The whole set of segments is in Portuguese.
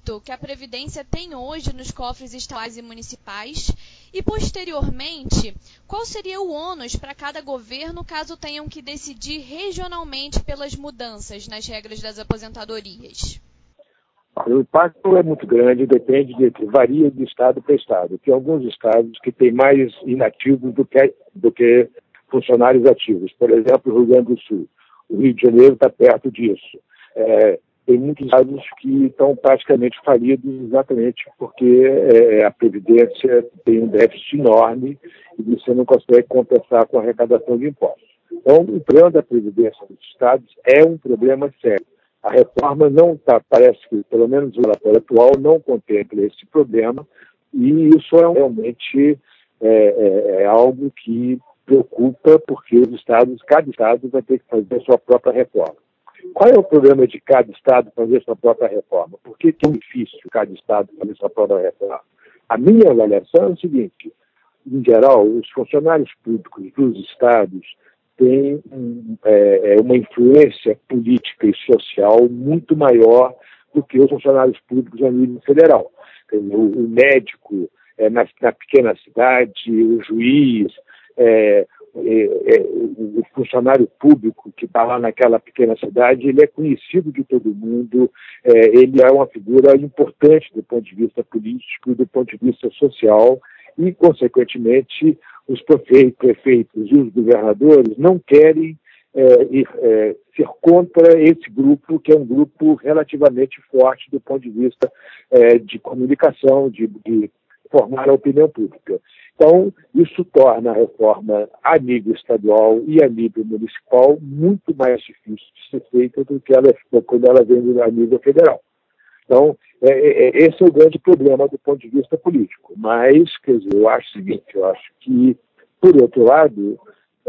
impacto que a Previdência tem hoje nos cofres estaduais e municipais? E, posteriormente, qual seria o ônus para cada governo caso tenham que decidir regionalmente pelas mudanças nas regras das aposentadorias? O impacto é muito grande, varia de estado para estado. Tem alguns estados que têm mais inativos do que funcionários ativos. Por exemplo, o Rio Grande do Sul. O Rio de Janeiro está perto disso. Tem muitos estados que estão praticamente falidos exatamente porque a Previdência tem um déficit enorme e você não consegue compensar com a arrecadação de impostos. Então, o problema da Previdência dos estados é um problema sério. A reforma parece que, pelo menos o relatório atual, não contempla esse problema e isso é realmente algo que preocupa porque cada estado vai ter que fazer a sua própria reforma. Qual é o problema de cada estado fazer sua própria reforma? Por que é tão difícil cada estado fazer sua própria reforma? A minha avaliação é o seguinte: em geral, os funcionários públicos dos estados têm uma influência política e social muito maior do que os funcionários públicos a nível federal. O médico na pequena cidade, o juiz, o funcionário público que está lá naquela pequena cidade, ele é conhecido de todo mundo, ele é uma figura importante do ponto de vista político e do ponto de vista social e, consequentemente, os prefeitos e os governadores não querem ser contra esse grupo, que é um grupo relativamente forte do ponto de vista de comunicação, de formar a opinião pública. Então, isso torna a reforma a nível estadual e a nível municipal muito mais difícil de ser feita do que quando ela vem a nível federal. Então, esse é o grande problema do ponto de vista político. Mas, quer dizer, eu acho o seguinte, eu acho que, por outro lado,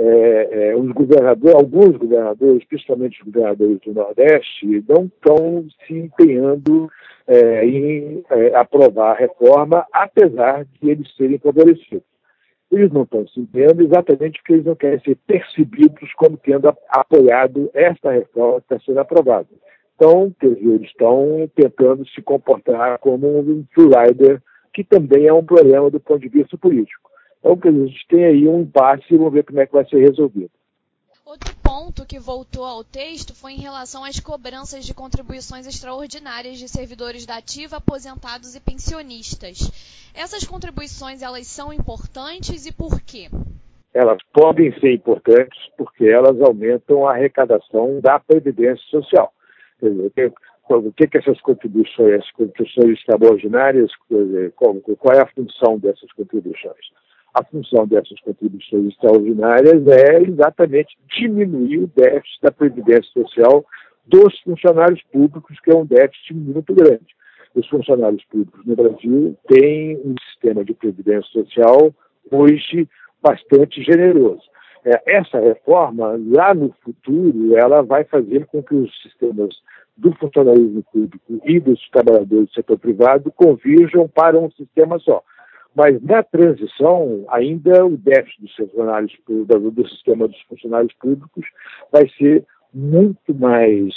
alguns governadores, principalmente os governadores do Nordeste, não estão se empenhando em aprovar a reforma, apesar de eles serem favorecidos. Eles não estão se empenhando exatamente porque eles não querem ser percebidos como tendo apoiado esta reforma que está sendo aprovada. Então, quer dizer, eles estão tentando se comportar como um free-rider, que também é um problema do ponto de vista político. Então, quer dizer, a gente tem aí um impasse e vamos ver como é que vai ser resolvido. Outro ponto que voltou ao texto foi em relação às cobranças de contribuições extraordinárias de servidores da ativa, aposentados e pensionistas. Essas contribuições, elas são importantes e por quê? Elas podem ser importantes porque elas aumentam a arrecadação da Previdência Social. Quer dizer, o que essas contribuições extraordinárias, qual é a função dessas contribuições? A função dessas contribuições extraordinárias é exatamente diminuir o déficit da Previdência Social dos funcionários públicos, que é um déficit muito grande. Os funcionários públicos no Brasil têm um sistema de Previdência Social hoje bastante generoso. Essa reforma, lá no futuro, ela vai fazer com que os sistemas do funcionalismo público e dos trabalhadores do setor privado convirjam para um sistema só. Mas, na transição, ainda o déficit do sistema dos funcionários públicos vai ser muito mais,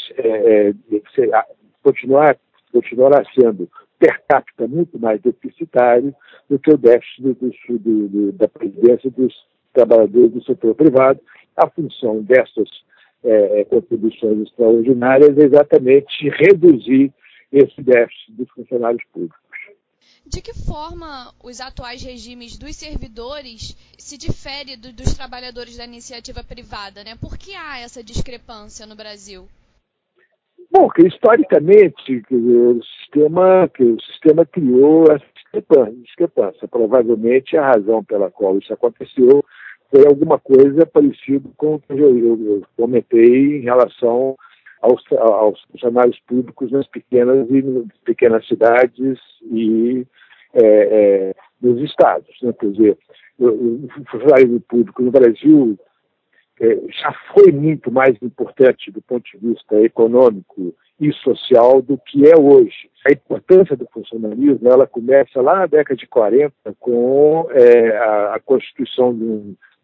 continuará sendo per capita muito mais deficitário do que o déficit da Previdência dos trabalhadores do setor privado. A função dessas contribuições extraordinárias é exatamente reduzir esse déficit dos funcionários públicos. De que forma os atuais regimes dos servidores se diferem dos trabalhadores da iniciativa privada, né? Por que há essa discrepância no Brasil? Bom, que historicamente o sistema criou essa discrepância. Provavelmente a razão pela qual isso aconteceu foi alguma coisa parecida com o que eu comentei em relação aos funcionários públicos nas pequenas cidades e nos estados. Né? Quer dizer, o funcionário público no Brasil já foi muito mais importante do ponto de vista econômico e social do que é hoje. A importância do funcionalismo ela começa lá na década de 40 com a constituição do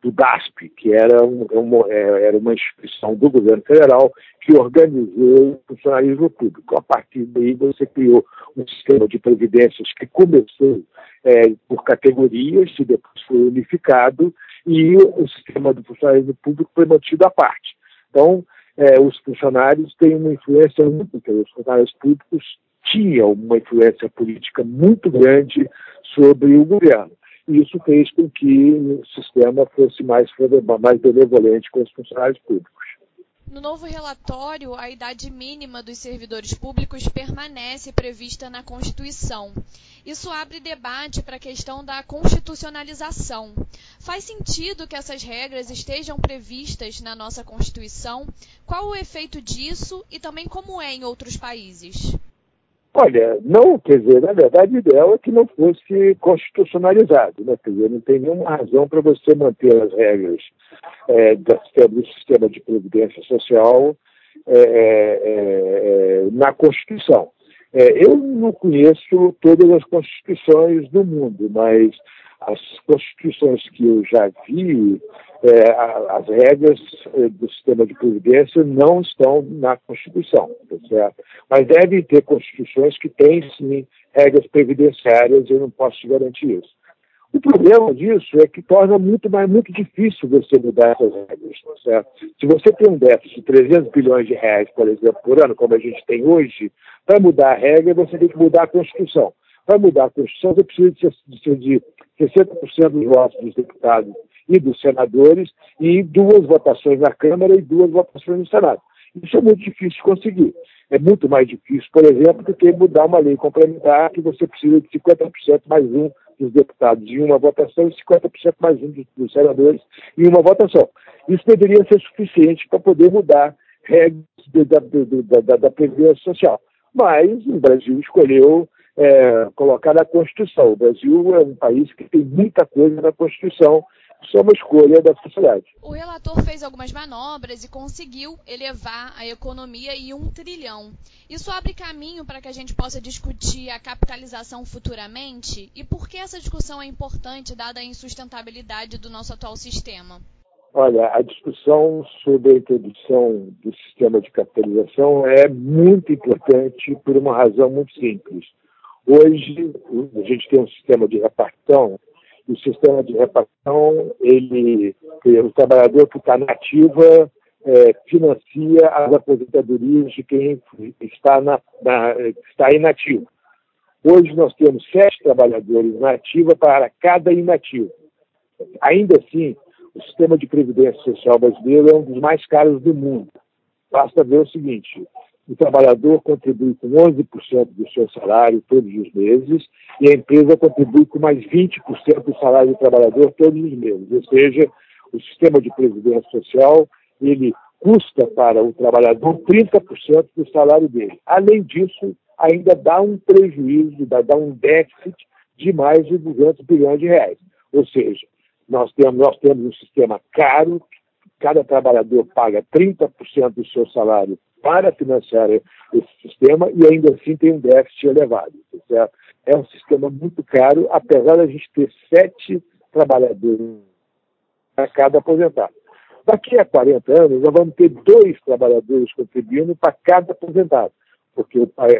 do DASP, que era uma instituição do governo federal que organizou o funcionalismo público. A partir daí você criou um sistema de previdências que começou por categorias e depois foi unificado, e o sistema do funcionalismo público foi mantido à parte. Então, os funcionários têm uma influência muito, os funcionários públicos tinham uma influência política muito grande sobre o governo. E isso fez com que o sistema fosse mais benevolente com os funcionários públicos. No novo relatório, a idade mínima dos servidores públicos permanece prevista na Constituição. Isso abre debate para a questão da constitucionalização. Faz sentido que essas regras estejam previstas na nossa Constituição? Qual o efeito disso e também como é em outros países? Olha, não, quer dizer, na verdade o ideal é que não fosse constitucionalizado, né? Quer dizer, não tem nenhuma razão para você manter as regras do sistema de previdência social na Constituição. Eu não conheço todas as constituições do mundo, mas as constituições que eu já vi, as regras do sistema de previdência não estão na Constituição, tá certo? Mas devem ter constituições que têm, sim, regras previdenciárias, eu não posso te garantir isso. O problema disso é que torna muito difícil você mudar essas regras, tá certo? Se você tem um déficit de 300 bilhões de reais, por exemplo, por ano, como a gente tem hoje, para mudar a regra, você tem que mudar a Constituição. Para mudar a Constituição, você precisa de 60% dos votos dos deputados e dos senadores e 2 votações na Câmara e 2 votações no Senado. Isso é muito difícil de conseguir. É muito mais difícil, por exemplo, do que mudar uma lei complementar que você precisa de 50% mais um dos deputados em uma votação e 50% mais um dos senadores em uma votação. Isso deveria ser suficiente para poder mudar regras da Previdência Social. Mas o Brasil escolheu colocar na Constituição. O Brasil é um país que tem muita coisa na Constituição, isso é uma escolha da sociedade. O relator fez algumas manobras e conseguiu elevar a economia em 1 trilhão. Isso abre caminho para que a gente possa discutir a capitalização futuramente? E por que essa discussão é importante, dada a insustentabilidade do nosso atual sistema? Olha, a discussão sobre a introdução do sistema de capitalização é muito importante por uma razão muito simples. Hoje, a gente tem um sistema de repartição, e o sistema de repartição, o trabalhador que está na ativa financia as aposentadorias de quem está inativo. Hoje nós temos 7 trabalhadores na ativa para cada inativo. Ainda assim, o sistema de previdência social brasileiro é um dos mais caros do mundo. Basta ver o seguinte: o trabalhador contribui com 11% do seu salário todos os meses e a empresa contribui com mais 20% do salário do trabalhador todos os meses. Ou seja, o sistema de previdência social, ele custa para o trabalhador 30% do salário dele. Além disso, ainda dá um prejuízo, dá um déficit de mais de 200 bilhões de reais. Ou seja, nós temos um sistema caro, cada trabalhador paga 30% do seu salário para financiar esse sistema e ainda assim tem um déficit elevado. Certo? É um sistema muito caro, apesar de a gente ter 7 trabalhadores para cada aposentado. Daqui a 40 anos, nós vamos ter 2 trabalhadores contribuindo para cada aposentado, porque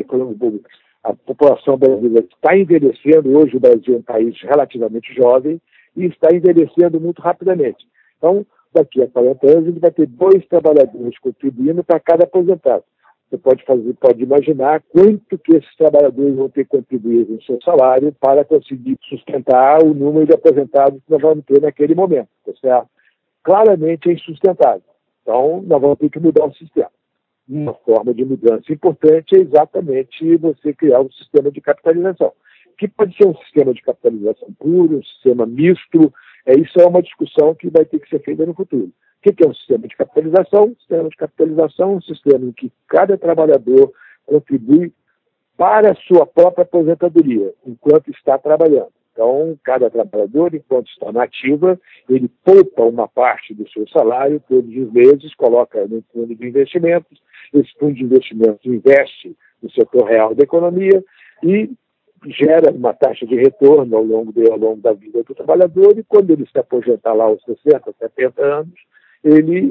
a população brasileira está envelhecendo. Hoje o Brasil é um país relativamente jovem e está envelhecendo muito rapidamente. Então, daqui a 40 anos, a gente vai ter 2 trabalhadores contribuindo para cada aposentado. Você pode imaginar quanto que esses trabalhadores vão ter contribuído no seu salário para conseguir sustentar o número de aposentados que nós vamos ter naquele momento. Tá certo? Claramente é insustentável. Então, nós vamos ter que mudar o sistema. Uma forma de mudança importante é exatamente você criar um sistema de capitalização, que pode ser um sistema de capitalização puro, um sistema misto. Isso é uma discussão que vai ter que ser feita no futuro. O que é um sistema de capitalização? Um sistema de capitalização é um sistema em que cada trabalhador contribui para a sua própria aposentadoria, enquanto está trabalhando. Então, cada trabalhador, enquanto está na ativa, ele poupa uma parte do seu salário todos os meses, coloca no fundo de investimentos, esse fundo de investimentos investe no setor real da economia e gera uma taxa de retorno ao longo da vida do trabalhador, e quando ele se aposentar lá aos 60, 70 anos, ele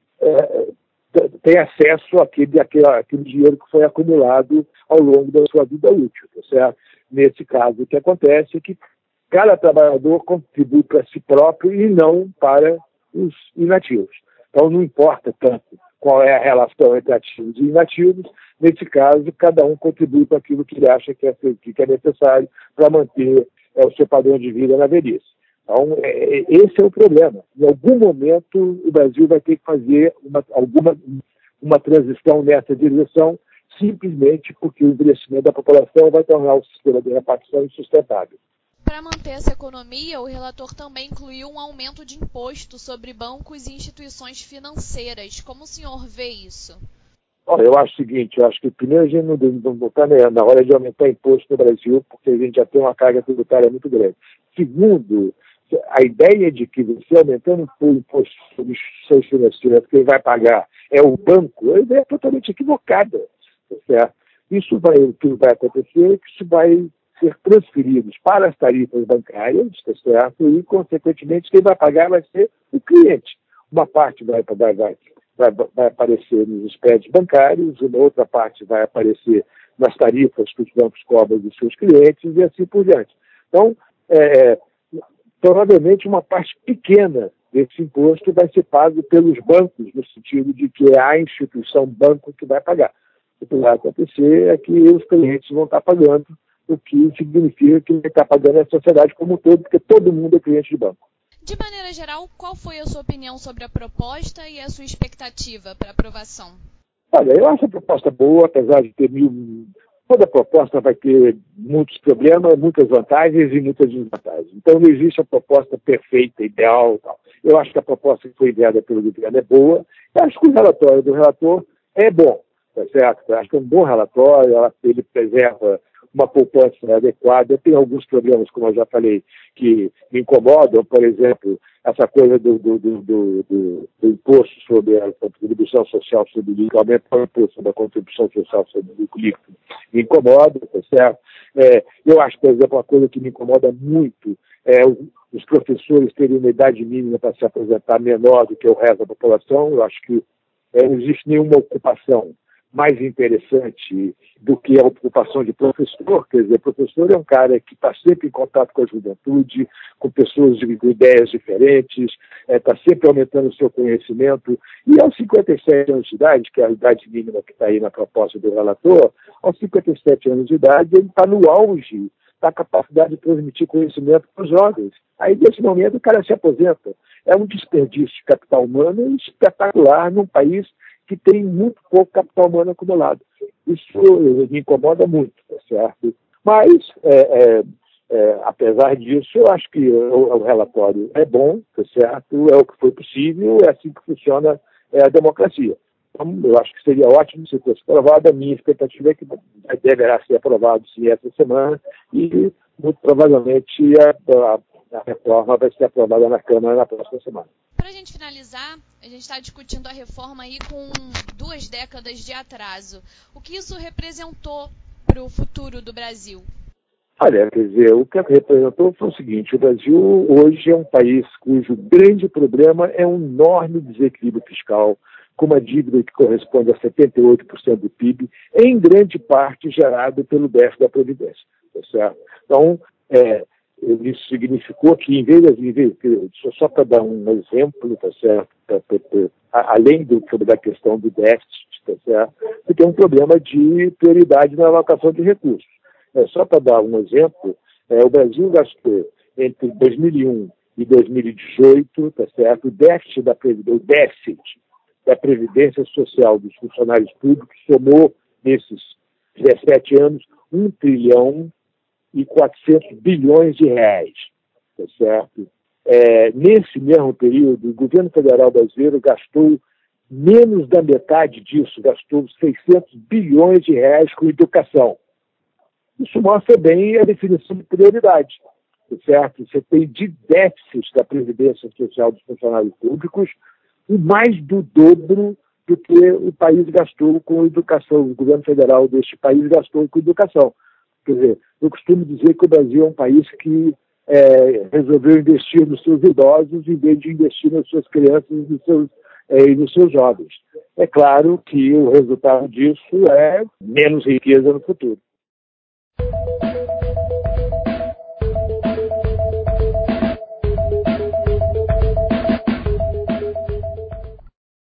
tem acesso àquele dinheiro que foi acumulado ao longo da sua vida útil, tá certo? Nesse caso, o que acontece é que cada trabalhador contribui para si próprio e não para os inativos. Então, não importa tanto qual é a relação entre ativos e inativos, nesse caso, cada um contribui para aquilo que ele acha que é necessário para manter o seu padrão de vida na velhice. Então, esse é o problema. Em algum momento, o Brasil vai ter que fazer uma transição nessa direção, simplesmente porque o envelhecimento da população vai tornar o sistema de repartição insustentável. Para manter essa economia, o relator também incluiu um aumento de imposto sobre bancos e instituições financeiras. Como o senhor vê isso? Olha, eu acho o seguinte, eu acho que primeiro a gente não está na hora de aumentar imposto no Brasil, porque a gente já tem uma carga tributária muito grande. Segundo, a ideia de que você aumentando o imposto sobre instituições financeiras, quem vai pagar é o banco, a ideia é totalmente equivocada. Tá certo? O que vai acontecer é que isso vai ser transferidos para as tarifas bancárias, tá certo? E, consequentemente, quem vai pagar vai ser o cliente. Uma parte vai aparecer nos spreads bancários, uma outra parte vai aparecer nas tarifas que os bancos cobram dos seus clientes e assim por diante. Então, provavelmente uma parte pequena desse imposto vai ser pago pelos bancos, no sentido de que é a instituição banco que vai pagar. O que vai acontecer é que os clientes vão estar pagando, o que significa que vai estar pagando a sociedade como um todo, porque todo mundo é cliente de banco. De maneira geral, qual foi a sua opinião sobre a proposta e a sua expectativa para aprovação? Olha, eu acho a proposta boa, apesar de ter toda proposta vai ter muitos problemas, muitas vantagens e muitas desvantagens. Então não existe a proposta perfeita, ideal. Tal. Eu acho que a proposta que foi enviada pelo governo é boa. Eu acho que o relatório do relator é bom, tá certo? Eu acho que é um bom relatório, ele preserva uma poupança adequada. Tem alguns problemas, como eu já falei, que me incomodam, por exemplo, essa coisa do imposto sobre a contribuição social sobre o líquido, aumentar o imposto da contribuição social sobre o líquido, me incomoda, tá certo? Eu acho, por exemplo, uma coisa que me incomoda muito é os professores terem uma idade mínima para se aposentar menor do que o resto da população. Eu acho que não existe nenhuma ocupação mais interessante do que a ocupação de professor. Quer dizer, professor é um cara que está sempre em contato com a juventude, com pessoas de ideias diferentes, está sempre aumentando o seu conhecimento, e aos 57 anos de idade, que é a idade mínima que está aí na proposta do relator, aos 57 anos de idade ele está no auge da capacidade de transmitir conhecimento para os jovens. Aí, nesse momento, o cara se aposenta. É um desperdício de capital humano espetacular num país que tem muito pouco capital humano acumulado. Isso me incomoda muito, tá certo? Mas, apesar disso, eu acho que o relatório é bom, tá certo? É o que foi possível, é assim que funciona a democracia. Então, eu acho que seria ótimo se fosse aprovado. A minha expectativa é que deverá ser aprovado, sim, essa semana, e muito provavelmente a reforma vai ser aprovada na Câmara na próxima semana. Para a gente finalizar, a gente está discutindo a reforma aí com 2 décadas de atraso. O que isso representou para o futuro do Brasil? Olha, quer dizer, o que representou foi o seguinte: o Brasil hoje é um país cujo grande problema é um enorme desequilíbrio fiscal, com uma dívida que corresponde a 78% do PIB, em grande parte gerado pelo déficit da Previdência. Tá certo? Então, isso significou que, só para dar um exemplo, tá certo? Além da questão do déficit, tá certo? Você tem um problema de prioridade na alocação de recursos. Só para dar um exemplo, o Brasil gastou entre 2001 e 2018, tá certo? O déficit da Previdência Social dos funcionários públicos somou, nesses 17 anos, 1 trilhão e 400 bilhões de reais, tá certo? Nesse mesmo período, o governo federal brasileiro gastou menos da metade disso, gastou 600 bilhões de reais com educação. Isso mostra bem a definição de prioridade, tá certo? Você tem de déficit da Previdência Social dos funcionários públicos o mais do dobro do que o país gastou com educação, o governo federal deste país gastou com educação. Quer dizer, eu costumo dizer que o Brasil é um país que resolveu investir nos seus idosos em vez de investir nas suas crianças e nos seus jovens. É claro que o resultado disso é menos riqueza no futuro.